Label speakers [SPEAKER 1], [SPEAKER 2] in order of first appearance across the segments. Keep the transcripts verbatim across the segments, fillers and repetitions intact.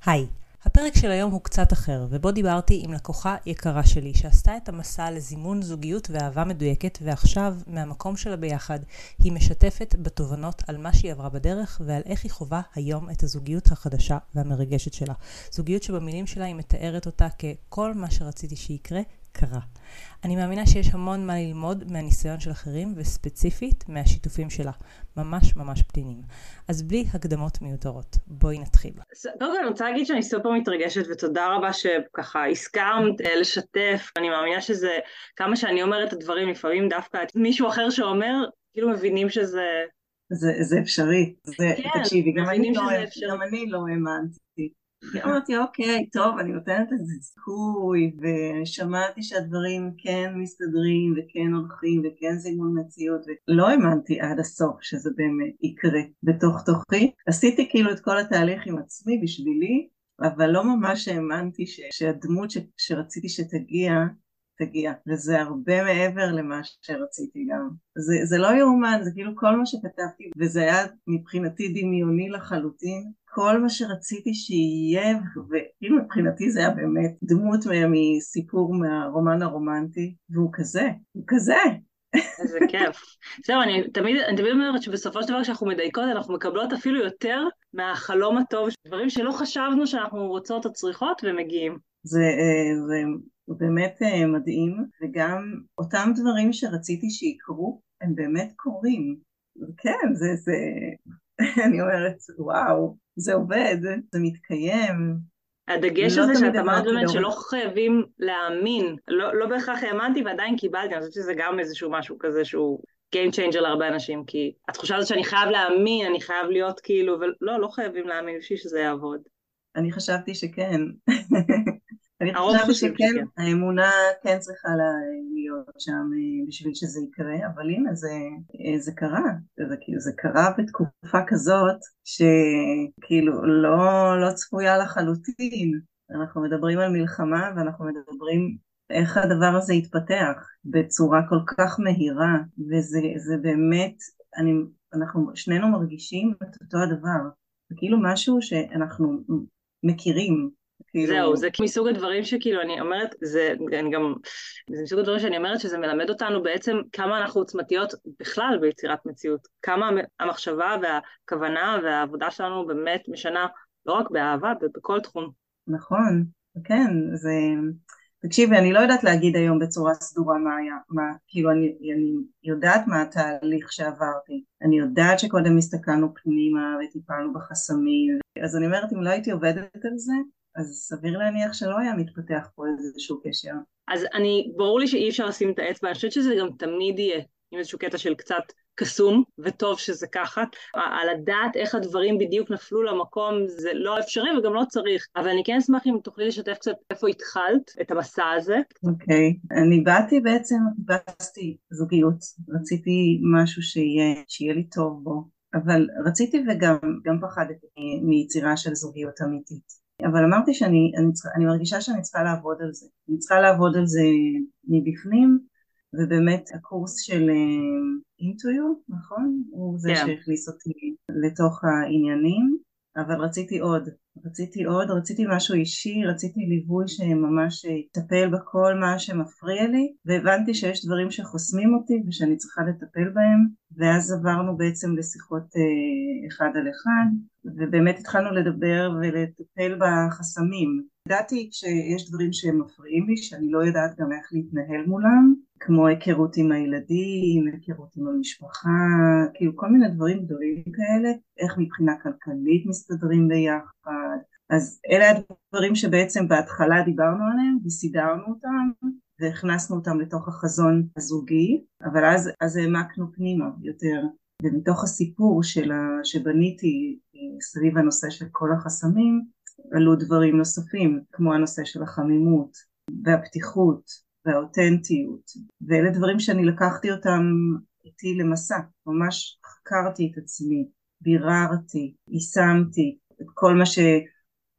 [SPEAKER 1] היי, הפרק של היום הוא קצת אחר, ובו דיברתי עם לקוחה יקרה שלי, שעשתה את המסע לזימון זוגיות ואהבה מדויקת, ועכשיו, מהמקום שלה ביחד, היא משתפת בתובנות על מה שהיא עברה בדרך, ועל איך היא חווה היום את הזוגיות החדשה והמרגשת שלה. זוגיות שבמילים שלה היא מתארת אותה ככל מה שרציתי שיקרה, קרה. אני מאמינה שיש המון מה ללמוד מהניסיון של אחרים, וספציפית מהשיתופים שלה. ממש ממש פתינים. אז בלי הקדמות מיותרות, בואי נתחיל.
[SPEAKER 2] קודם כל אני רוצה להגיד שאני סופר מתרגשת, ותודה רבה שככה הסכמת לשתף. אני מאמינה שזה, כמה שאני אומרת את הדברים, לפעמים דווקא מישהו אחר שאומר, כאילו מבינים שזה...
[SPEAKER 3] זה, זה אפשרי. זה,
[SPEAKER 2] כן,
[SPEAKER 3] תקשיבי, גם אני, לא,
[SPEAKER 2] אפשרי.
[SPEAKER 3] גם אני לא האמנתי. אמרתי, אוקיי, טוב, אני נותנת לזה סיכוי, ושמעתי שהדברים כן מסתדרים, וכן הולכים, וכן זימון מציאות, ולא האמנתי עד הסוף שזה באמת יקרה בתוך תוכי. עשיתי כאילו את כל התהליך עם עצמי בשבילי, אבל לא ממש האמנתי ש, שהדמות ש, שרציתי שתגיע, תגיע, וזה הרבה מעבר למה שרציתי גם. זה, זה לא יאומן, זה כאילו כל מה שכתבתי, וזה היה מבחינתי דמיוני לחלוטין, כל מה שרציתי שיהיה, וכאילו מבחינתי זה היה באמת דמות מסיפור מהרומן הרומנטי, והוא כזה, הוא כזה.
[SPEAKER 2] איזה כיף. זהו, אני תמיד, אני תמיד אומרת שבסופו של דבר כשאנחנו מדייקות, אנחנו מקבלות אפילו יותר מהחלום הטוב, דברים שלא חשבנו שאנחנו רוצות או צריכות, ומגיעים.
[SPEAKER 3] זה, זה באמת מדהים, וגם אותם דברים שרציתי שיקרו, הם באמת קורים. כן, זה, זה, אני אומרת, וואו, זה עובד, זה מתקיים.
[SPEAKER 2] הדגש הזה שאת אמרת באמת שלא חייבים להאמין, לא, לא בהכרח האמנתי ועדיין קיבלתי, אני חושבת שזה גם איזשהו משהו כזה שהוא game changer להרבה אנשים, כי התחושה הזאת שאני חייב להאמין, אני חייב להיות כאילו, ולא, לא חייבים להאמין בשביל שזה יעבוד.
[SPEAKER 3] אני חשבתי שכן. אני חושבת שכן, האמונה כן צריכה להיות שם בשביל שזה יקרה, אבל הנה זה, זה קרה, זה, זה קרה בתקופה כזאת שכאילו לא, לא צפויה לחלוטין. אנחנו מדברים על מלחמה ואנחנו מדברים איך הדבר הזה יתפתח בצורה כל כך מהירה, וזה זה באמת, אני, אנחנו שנינו מרגישים את אותו הדבר, זה כאילו משהו שאנחנו מכירים.
[SPEAKER 2] זהו, זה מסוג הדברים שכאילו אני אומרת, זה, אני גם, זה מסוג הדברים שאני אומרת שזה מלמד אותנו בעצם כמה אנחנו עוצמתיות בכלל ביצירת מציאות, כמה המחשבה והכוונה והעבודה שלנו באמת משנה לא רק באהבה, בכל תחום.
[SPEAKER 3] נכון, כן, זה, תקשיבי, אני לא יודעת להגיד היום בצורה סדורה מה היה, מה, כאילו אני, אני יודעת מה התהליך שעברתי, אני יודעת שקודם הסתכלנו פנימה וטיפלנו בחסמים, אז אני אומרת, אם לא הייתי עובדת על זה, אז סביר להניח שלא היה מתפתח פה איזשהו קשר.
[SPEAKER 2] אז אני, ברור לי שאי אפשר לשים את האצבע, אני חושבת שזה גם תמיד יהיה עם איזשהו קטע של קצת קסום, וטוב שזה ככה. על הדעת איך הדברים בדיוק נפלו למקום, זה לא אפשרי וגם לא צריך. אבל אני כן אשמח אם תוכלי לשתף קצת איפה התחלת את המסע הזה.
[SPEAKER 3] אוקיי, okay. אני באתי בעצם, באתי זוגיות, רציתי משהו שיהיה, שיהיה לי טוב בו, אבל רציתי וגם גם פחדתי מיצירה של זוגיות אמיתית. אבל אמרתי שאני אני, אני מרגישה שאני צריכה לעבוד על זה. אני צריכה לעבוד על זה מבפנים, ובאמת הקורס של אינטויו, נכון? הוא זה yeah. שהכניס אותי לתוך העניינים, אבל רציתי עוד. רציתי עוד, רציתי משהו אישי, רציתי ליווי שממש יטפל בכל מה שמפריע לי, והבנתי שיש דברים שחוסמים אותי ושאני צריכה לטפל בהם, ואז עברנו בעצם לשיחות אה, אחד על אחד, ובאמת התחלנו לדבר ולטפל בחסמים. ידעתי שיש דברים שהם מפריעים לי, שאני לא יודעת גם איך להתנהל מולם, כמו היכרות עם הילדים, היכרות עם המשפחה, כאילו כל מיני דברים גדולים כאלה, איך מבחינה כלכלית מסתדרים ביחד. אז אלה הדברים שבעצם בהתחלה דיברנו עליהם וסידרנו אותם, והכנסנו אותם לתוך החזון הזוגי, אבל אז, אז העמקנו פנימה יותר. ומתוך הסיפור שלה, שבניתי סביב הנושא של כל החסמים, עלו דברים נוספים, כמו הנושא של החמימות והפתיחות והאותנטיות, ואלה דברים שאני לקחתי אותם איתי למסע, ממש חקרתי את עצמי, ביררתי, יישמתי את כל מה ש...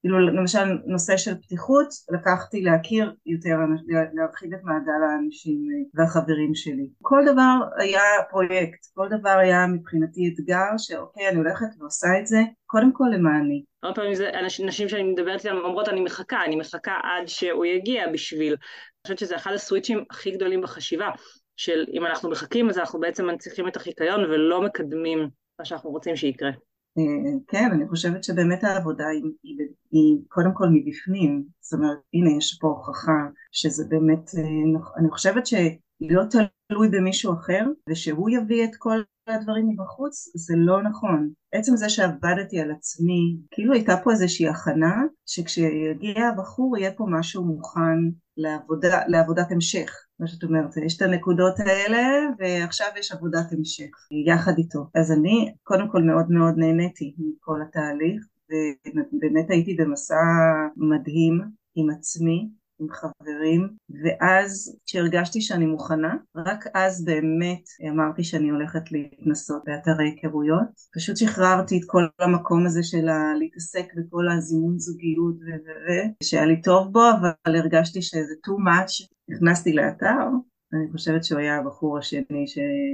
[SPEAKER 3] כאילו למשל נושא של פתיחות, לקחתי להכיר יותר, להרחיב את מעגל האנשים והחברים שלי. כל דבר היה פרויקט, כל דבר היה מבחינתי אתגר שאוקיי, אני הולכת ועושה את זה, קודם כל למעני.
[SPEAKER 2] הרבה פעמים זה אנשים שאני מדברת איתם אומרות אני מחכה, אני מחכה עד שהוא יגיע בשביל. אני חושבת שזה אחד הסוויצ'ים הכי גדולים בחשיבה, של אם אנחנו מחכים אז אנחנו בעצם מנציחים את החיקיון ולא מקדמים מה שאנחנו רוצים שיקרה.
[SPEAKER 3] כן, אני חושבת שבאמת העבודה היא, היא, היא קודם כל מבפנים, זאת אומרת, הנה יש פה הוכחה שזה באמת, אני חושבת שלהיות תלוי במישהו אחר ושהוא יביא את כל הדברים מבחוץ זה לא נכון. עצם זה שעבדתי על עצמי, כאילו הייתה פה איזושהי הכנה שכשיגיע הבחור יהיה פה משהו מוכן לעבודה, לעבודת המשך. מה שאת אומרת, יש את הנקודות האלה ועכשיו יש עבודת המשך יחד איתו. אז אני קודם כל מאוד מאוד נהניתי מכל התהליך ובאמת הייתי במסע מדהים עם עצמי, עם חברים, ואז כשהרגשתי שאני מוכנה, רק אז באמת אמרתי שאני הולכת להתנסות באתרי היכרויות. פשוט שחררתי את כל המקום הזה של להתעסק בכל הזימון זוגיות שהיה לי טוב בו, אבל הרגשתי שזה too much. נכנסתי לאתר, אני חושבת שהוא היה הבחור השני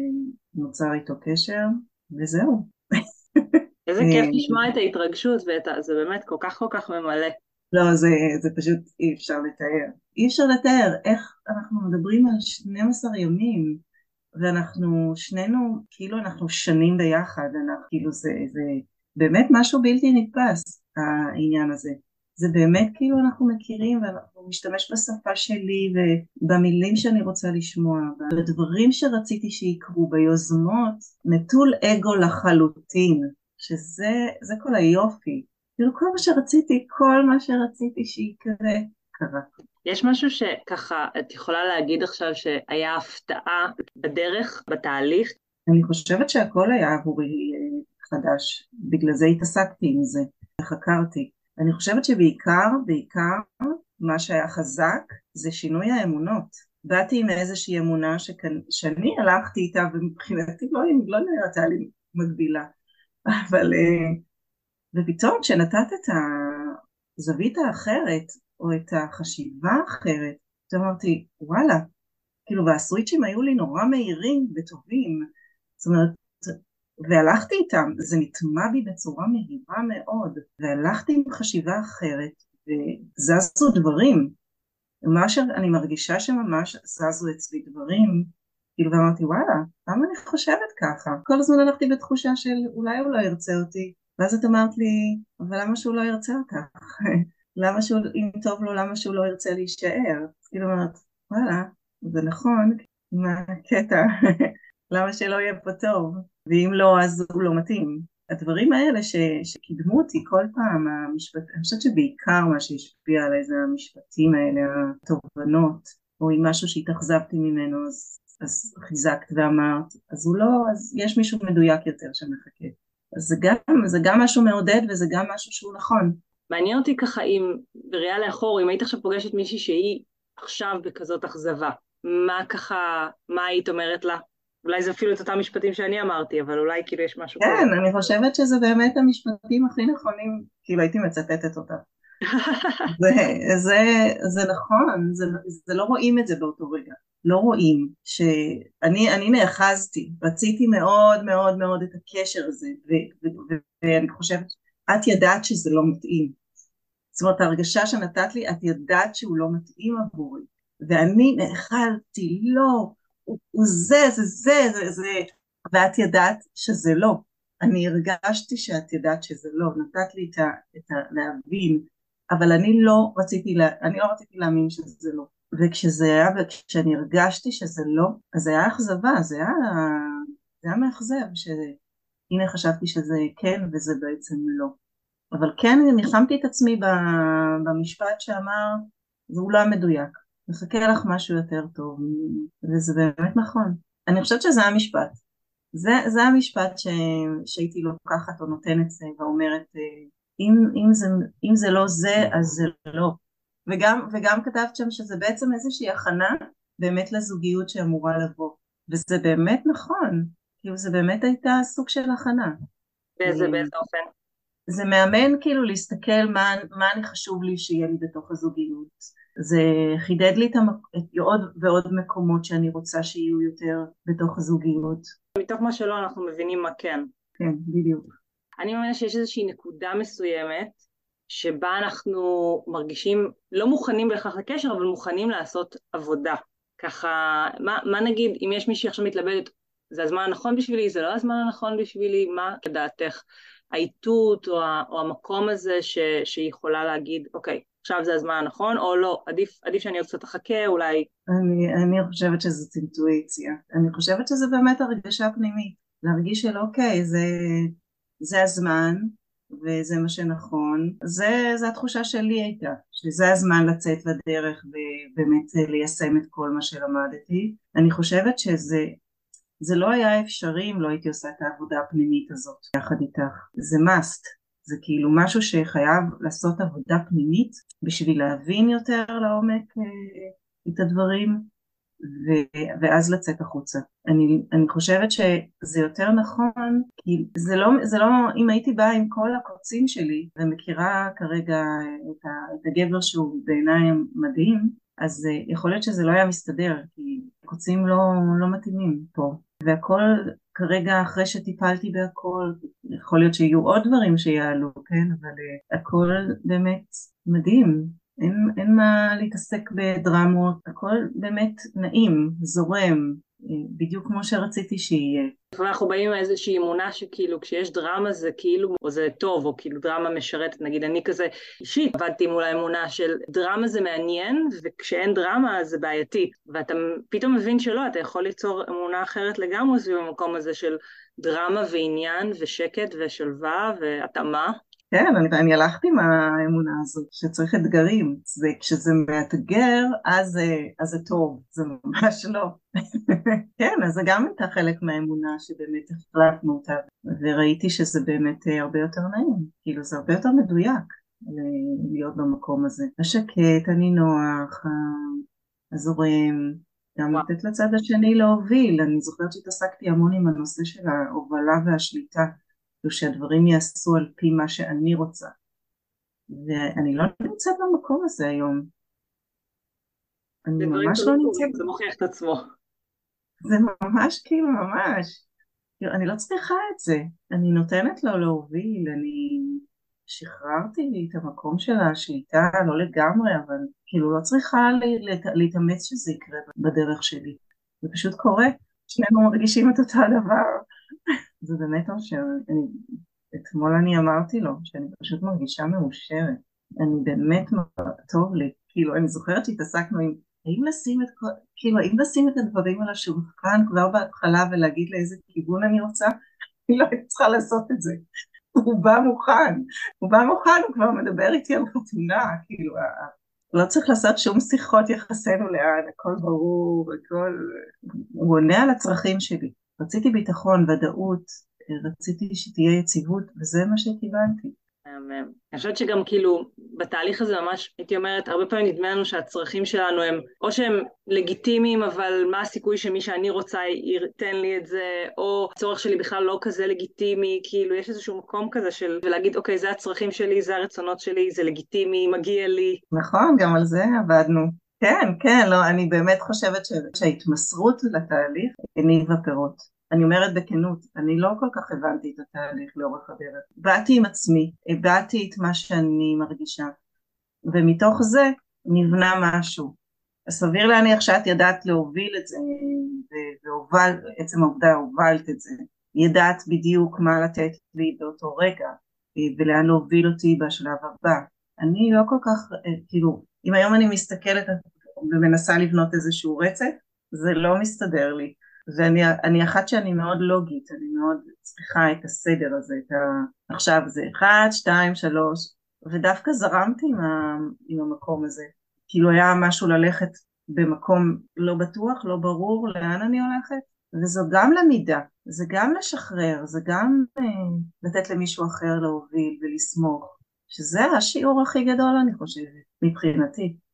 [SPEAKER 3] שנוצר איתו קשר, וזהו.
[SPEAKER 2] איזה כיף לשמוע את ההתרגשות, וזה באמת כל כך כל כך ממלא.
[SPEAKER 3] לא, זה, זה פשוט אי אפשר לתאר. אי אפשר לתאר איך אנחנו מדברים על שנים עשר ימים, ואנחנו שנינו, כאילו אנחנו שנים ביחד, אנחנו, כאילו זה, זה באמת משהו בלתי נתפס, העניין הזה. זה באמת כאילו אנחנו מכירים, ואנחנו משתמש בשפה שלי, ובמילים שאני רוצה לשמוע, בדברים שרציתי שיקרו, ביוזמות, נטול אגו לחלוטין, שזה זה כל היופי. כאילו כל מה שרציתי, כל מה שרציתי שיקרה, קרה.
[SPEAKER 2] יש משהו שככה, את יכולה להגיד עכשיו שהיה הפתעה בדרך, בתהליך?
[SPEAKER 3] אני חושבת שהכל היה עבורי חדש, בגלל זה התעסקתי עם זה, חקרתי. אני חושבת שבעיקר, בעיקר, מה שהיה חזק, זה שינוי האמונות. באתי עם איזושהי אמונה שכן, שאני הלכתי איתה, ומבחינתי לא, לא נראתה לי מגבילה. אבל... ופתאום כשנתת את הזווית האחרת, או את החשיבה האחרת, אז אמרתי, וואלה, כאילו, והסוויצ'ים היו לי נורא מהירים וטובים, זאת אומרת, והלכתי איתם, זה נטמע בי בצורה מהירה מאוד, והלכתי עם חשיבה אחרת, וזזו דברים, מה שאני מרגישה שממש זזו אצלי דברים, כאילו, ואמרתי, וואלה, למה אני חושבת ככה? כל הזמן הלכתי בתחושה של אולי הוא לא ירצה אותי, ואז את אמרת לי, אבל למה שהוא לא ירצה אותך? למה שהוא, אם טוב לו, למה שהוא לא ירצה להישאר? כאילו אמרת, וואלה, זה נכון, מה הקטע? למה שלא יהיה פה טוב? ואם לא, אז הוא לא מתאים. הדברים האלה ש, שקידמו אותי כל פעם, המשפט, אני חושבת שבעיקר מה שהשפיע עליי זה המשפטים האלה, התובנות, או אם משהו שהתאכזבתי ממנו, אז, אז חיזקת ואמרת, אז הוא לא, אז יש מישהו מדויק יותר שמחכה. אז זה גם, זה גם משהו מעודד וזה גם משהו שהוא נכון.
[SPEAKER 2] מעניין אותי ככה אם, בראייה לאחור, אם היית עכשיו פוגשת מישהי שהיא עכשיו בכזאת אכזבה, מה ככה, מה היית אומרת לה? אולי זה אפילו את אותם משפטים שאני אמרתי, אבל אולי כאילו יש משהו
[SPEAKER 3] כן,
[SPEAKER 2] כזה.
[SPEAKER 3] אני חושבת שזה באמת המשפטים הכי נכונים, כאילו הייתי מצטטת אותם. זה, זה, זה נכון, זה, זה לא רואים את זה באותו רגע. לא רואים שאני אני נאחזתי, רציתי מאוד מאוד מאוד את הקשר הזה, ו, ו, ו, ואני חושבת, את ידעת שזה לא מתאים. זאת אומרת, ההרגשה שנתת לי, את ידעת שהוא לא מתאים עבורי, ואני נאחזתי, לא, הוא, הוא זה, זה, זה, זה, זה, ואת ידעת שזה לא. אני הרגשתי שאת ידעת שזה לא, נתת לי את ה, את ה, להבין, אבל אני לא רציתי, לה, אני לא רציתי להאמין שזה לא. וכשזה היה, וכשאני הרגשתי שזה לא, אז זה היה אכזבה, זה היה, זה היה מאכזב, שהנה חשבתי שזה כן וזה בעצם לא. אבל כן ניחמתי את עצמי במשפט שאמר, זה אולי מדויק, מחכה לך משהו יותר טוב, וזה באמת נכון. אני חושבת שזה המשפט. זה, זה המשפט ש, שהייתי לוקחת או נותנת ואומרת, אם, אם, זה, אם זה לא זה, אז זה לא. וגם, וגם כתבת שם שזה בעצם איזושהי הכנה באמת לזוגיות שאמורה לבוא. וזה באמת נכון. כאילו זה באמת הייתה סוג של הכנה.
[SPEAKER 2] באיזה, באיזה אופן?
[SPEAKER 3] זה מאמן כאילו להסתכל מה, מה אני חשוב לי שיהיה לי בתוך הזוגיות. זה חידד לי את, המק... את עוד ועוד מקומות שאני רוצה שיהיו יותר בתוך הזוגיות.
[SPEAKER 2] מתוך מה שלא אנחנו מבינים מה כן.
[SPEAKER 3] כן, בדיוק.
[SPEAKER 2] אני מאמינה שיש איזושהי נקודה מסוימת שבה אנחנו מרגישים לא מוכנים בהכרח לקשר, אבל מוכנים לעשות עבודה. ככה, מה, מה נגיד, אם יש מישהי עכשיו מתלבטת, זה הזמן הנכון בשבילי, זה לא הזמן הנכון בשבילי, מה כדעתך האיתות או, או המקום הזה ש, שהיא יכולה להגיד, אוקיי, עכשיו זה הזמן הנכון, או לא, עדיף, עדיף שאני עוד קצת אחכה, אולי...
[SPEAKER 3] אני, אני חושבת שזאת אינטואיציה. אני חושבת שזה באמת הרגשה פנימית. להרגיש של אוקיי, זה, זה הזמן, וזה מה שנכון. זה, זה התחושה שלי הייתה, שזה הזמן לצאת לדרך ובאמת ליישם את כל מה שלמדתי. אני חושבת שזה זה לא היה אפשרי אם לא הייתי עושה את העבודה הפנימית הזאת יחד איתך. זה must. זה כאילו משהו שחייב לעשות עבודה פנימית בשביל להבין יותר לעומק את הדברים ו- ואז לצאת החוצה. אני, אני חושבת שזה יותר נכון, כי זה לא, זה לא, אם הייתי באה עם כל הקוצים שלי ומכירה כרגע את, ה, את הגבר שהוא בעיניי מדהים, אז יכול להיות שזה לא היה מסתדר, כי הקוצים לא, לא מתאימים פה. והכל כרגע אחרי שטיפלתי בהכל, יכול להיות שיהיו עוד דברים שיעלו, כן? אבל הכל באמת מדהים. אין, אין מה להתעסק בדרמות, הכל באמת נעים, זורם, בדיוק כמו שרציתי שיהיה.
[SPEAKER 2] אנחנו באים עם איזושהי אמונה שכאילו כשיש דרמה זה כאילו, או זה טוב, או כאילו דרמה משרתת, נגיד אני כזה אישית עבדתי מול האמונה של דרמה זה מעניין, וכשאין דרמה זה בעייתי, ואתה פתאום מבין שלא, אתה יכול ליצור אמונה אחרת לגמרי סביב המקום הזה של דרמה ועניין ושקט ושלווה והתאמה.
[SPEAKER 3] כן, אני, אני הלכתי עם האמונה הזאת, שצריך אתגרים. זה, כשזה מאתגר, אז, אז זה טוב, זה ממש לא. כן, אז זה גם הייתה חלק מהאמונה שבאמת החלטנו אותה, וראיתי שזה באמת הרבה יותר נעים, כאילו זה הרבה יותר מדויק להיות במקום הזה. השקט, הנינוח, הזורם, גם לתת לצד השני להוביל. אני זוכרת שהתעסקתי המון עם הנושא של ההובלה והשליטה, שהדברים יעשו על פי מה שאני רוצה, ואני לא נמצאת במקום הזה היום. אני ממש לא נמצאת.
[SPEAKER 2] זה מוכיח את עצמו.
[SPEAKER 3] זה ממש כאילו ממש. אני לא צריכה את זה. אני נותנת לו להוביל, אני שחררתי לי את המקום של השליטה, לא לגמרי, אבל כאילו לא צריכה להתאמץ שזה יקרה בדרך שלי. זה פשוט קורה. שנינו מרגישים את אותו הדבר. זה באמת אושר. אני, אתמול אני אמרתי לו שאני פשוט מרגישה מאושרת. אני באמת טוב לי. כאילו אני זוכרת שהתעסקנו עם האם לשים את, כאילו האם לשים את הדברים על השולחן כבר בהתחלה ולהגיד לאיזה כיוון אני רוצה. אני לא צריכה לעשות את זה. הוא בא מוכן. הוא בא מוכן, הוא כבר מדבר איתי על חתונה. כאילו לא צריך לעשות שום שיחות יחסנו לאן. הכל ברור, הכל... הוא עונה על הצרכים שלי. רציתי ביטחון, ודאות, רציתי שתהיה יציבות, וזה מה שקיבלתי.
[SPEAKER 2] אני חושבת שגם כאילו בתהליך הזה ממש, הייתי אומרת, הרבה פעמים נדמה לנו שהצרכים שלנו הם, או שהם לגיטימיים, אבל מה הסיכוי שמי שאני רוצה ייתן לי את זה, או הצורך שלי בכלל לא כזה לגיטימי, כאילו יש איזשהו מקום כזה של, ולהגיד, אוקיי, זה הצרכים שלי, זה הרצונות שלי, זה לגיטימי, מגיע לי.
[SPEAKER 3] נכון, גם על זה עבדנו. כן, כן, לא, אני באמת חושבת שההתמסרות לתהליך הניבה פירות. אני אומרת בכנות, אני לא כל כך הבנתי את התהליך לאורך הדרך. באתי עם עצמי, הבאתי את מה שאני מרגישה, ומתוך זה נבנה משהו. סביר להניח שאת ידעת להוביל את זה, והובל, עצם העובדה הובלת את זה. ידעת בדיוק מה לתת לי באותו רגע, ולאן להוביל אותי בשלב הבא. אני לא כל כך, כאילו, אם היום אני מסתכלת ומנסה לבנות איזשהו רצף, זה לא מסתדר לי. ואני אני אחת שאני מאוד לוגית, אני מאוד צריכה את הסדר הזה, את ה... עכשיו זה אחד, שתיים, שלוש, ודווקא זרמתי עם, ה... עם המקום הזה, כאילו היה משהו ללכת במקום לא בטוח, לא ברור לאן אני הולכת, וזו גם למידה, זה גם לשחרר, זה גם אה, לתת למישהו אחר להוביל ולסמוך, שזה השיעור הכי גדול אני חושבת, מבחינתי.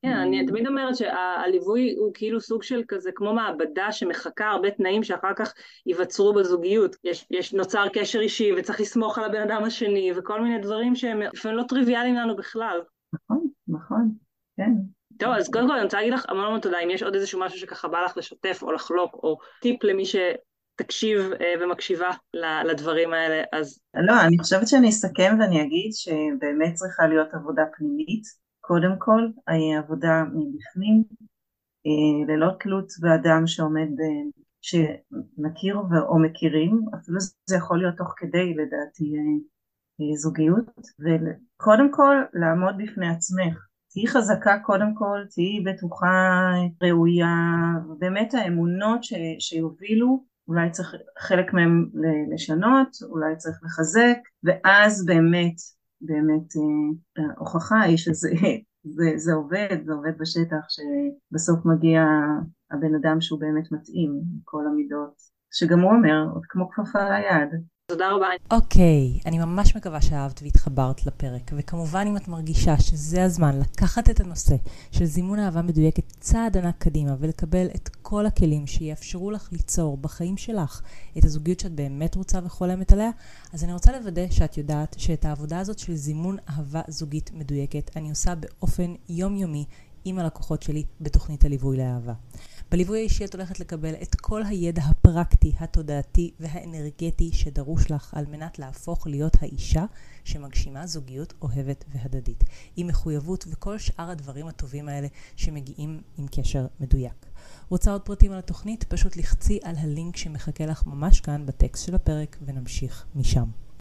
[SPEAKER 2] כן, אני תמיד אומרת שהליווי הוא כאילו סוג של כזה, כמו מעבדה שמחכה הרבה תנאים שאחר כך ייווצרו בזוגיות. יש, יש נוצר קשר אישי וצריך לסמוך על הבן אדם השני, וכל מיני דברים שהם לפעמים לא טריוויאליים לנו בכלל.
[SPEAKER 3] נכון, נכון, כן.
[SPEAKER 2] טוב, אז קודם כל אני רוצה להגיד לך המון המון תודה, אם יש עוד איזשהו משהו שככה בא לך לשתף או לחלוק, או טיפ למי שתקשיב ומקשיבה לדברים האלה, אז...
[SPEAKER 3] לא, אני חושבת שאני אסכם ואני אגיד שבאמת צריכה להיות עבודה פנימית, קודם כל, עבודה מבפנים, ללא תלות באדם שעומד, שמכיר או מכירים, אפילו זה יכול להיות תוך כדי לדעתי זוגיות, וקודם כל לעמוד בפני עצמך, תהי חזקה קודם כל, תהי בטוחה, ראויה, באמת האמונות ש, שיובילו, אולי צריך חלק מהם לשנות, אולי צריך לחזק, ואז באמת, באמת הוכחה היא שזה זה, זה עובד, זה עובד בשטח, שבסוף מגיע הבן אדם שהוא באמת מתאים, כל המידות, שגם הוא אומר, עוד כמו כפפה ליד.
[SPEAKER 2] תודה רבה.
[SPEAKER 1] אוקיי, אני ממש מקווה שאהבת והתחברת לפרק, וכמובן אם את מרגישה שזה הזמן לקחת את הנושא של זימון אהבה מדויקת צעד ענק קדימה, ולקבל את כל הכלים שיאפשרו לך ליצור בחיים שלך את הזוגיות שאת באמת רוצה וחולמת עליה, אז אני רוצה לוודא שאת יודעת שאת העבודה הזאת של זימון אהבה זוגית מדויקת אני עושה באופן יומיומי עם הלקוחות שלי בתוכנית הליווי לאהבה. בליווי האישי את הולכת לקבל את כל הידע הפרקטי, התודעתי והאנרגטי שדרוש לך על מנת להפוך להיות האישה שמגשימה זוגיות אוהבת והדדית, עם מחויבות וכל שאר הדברים הטובים האלה שמגיעים עם קשר מדויק. רוצה עוד פרטים על התוכנית? פשוט לחצי על הלינק שמחכה לך ממש כאן בטקסט של הפרק ונמשיך משם.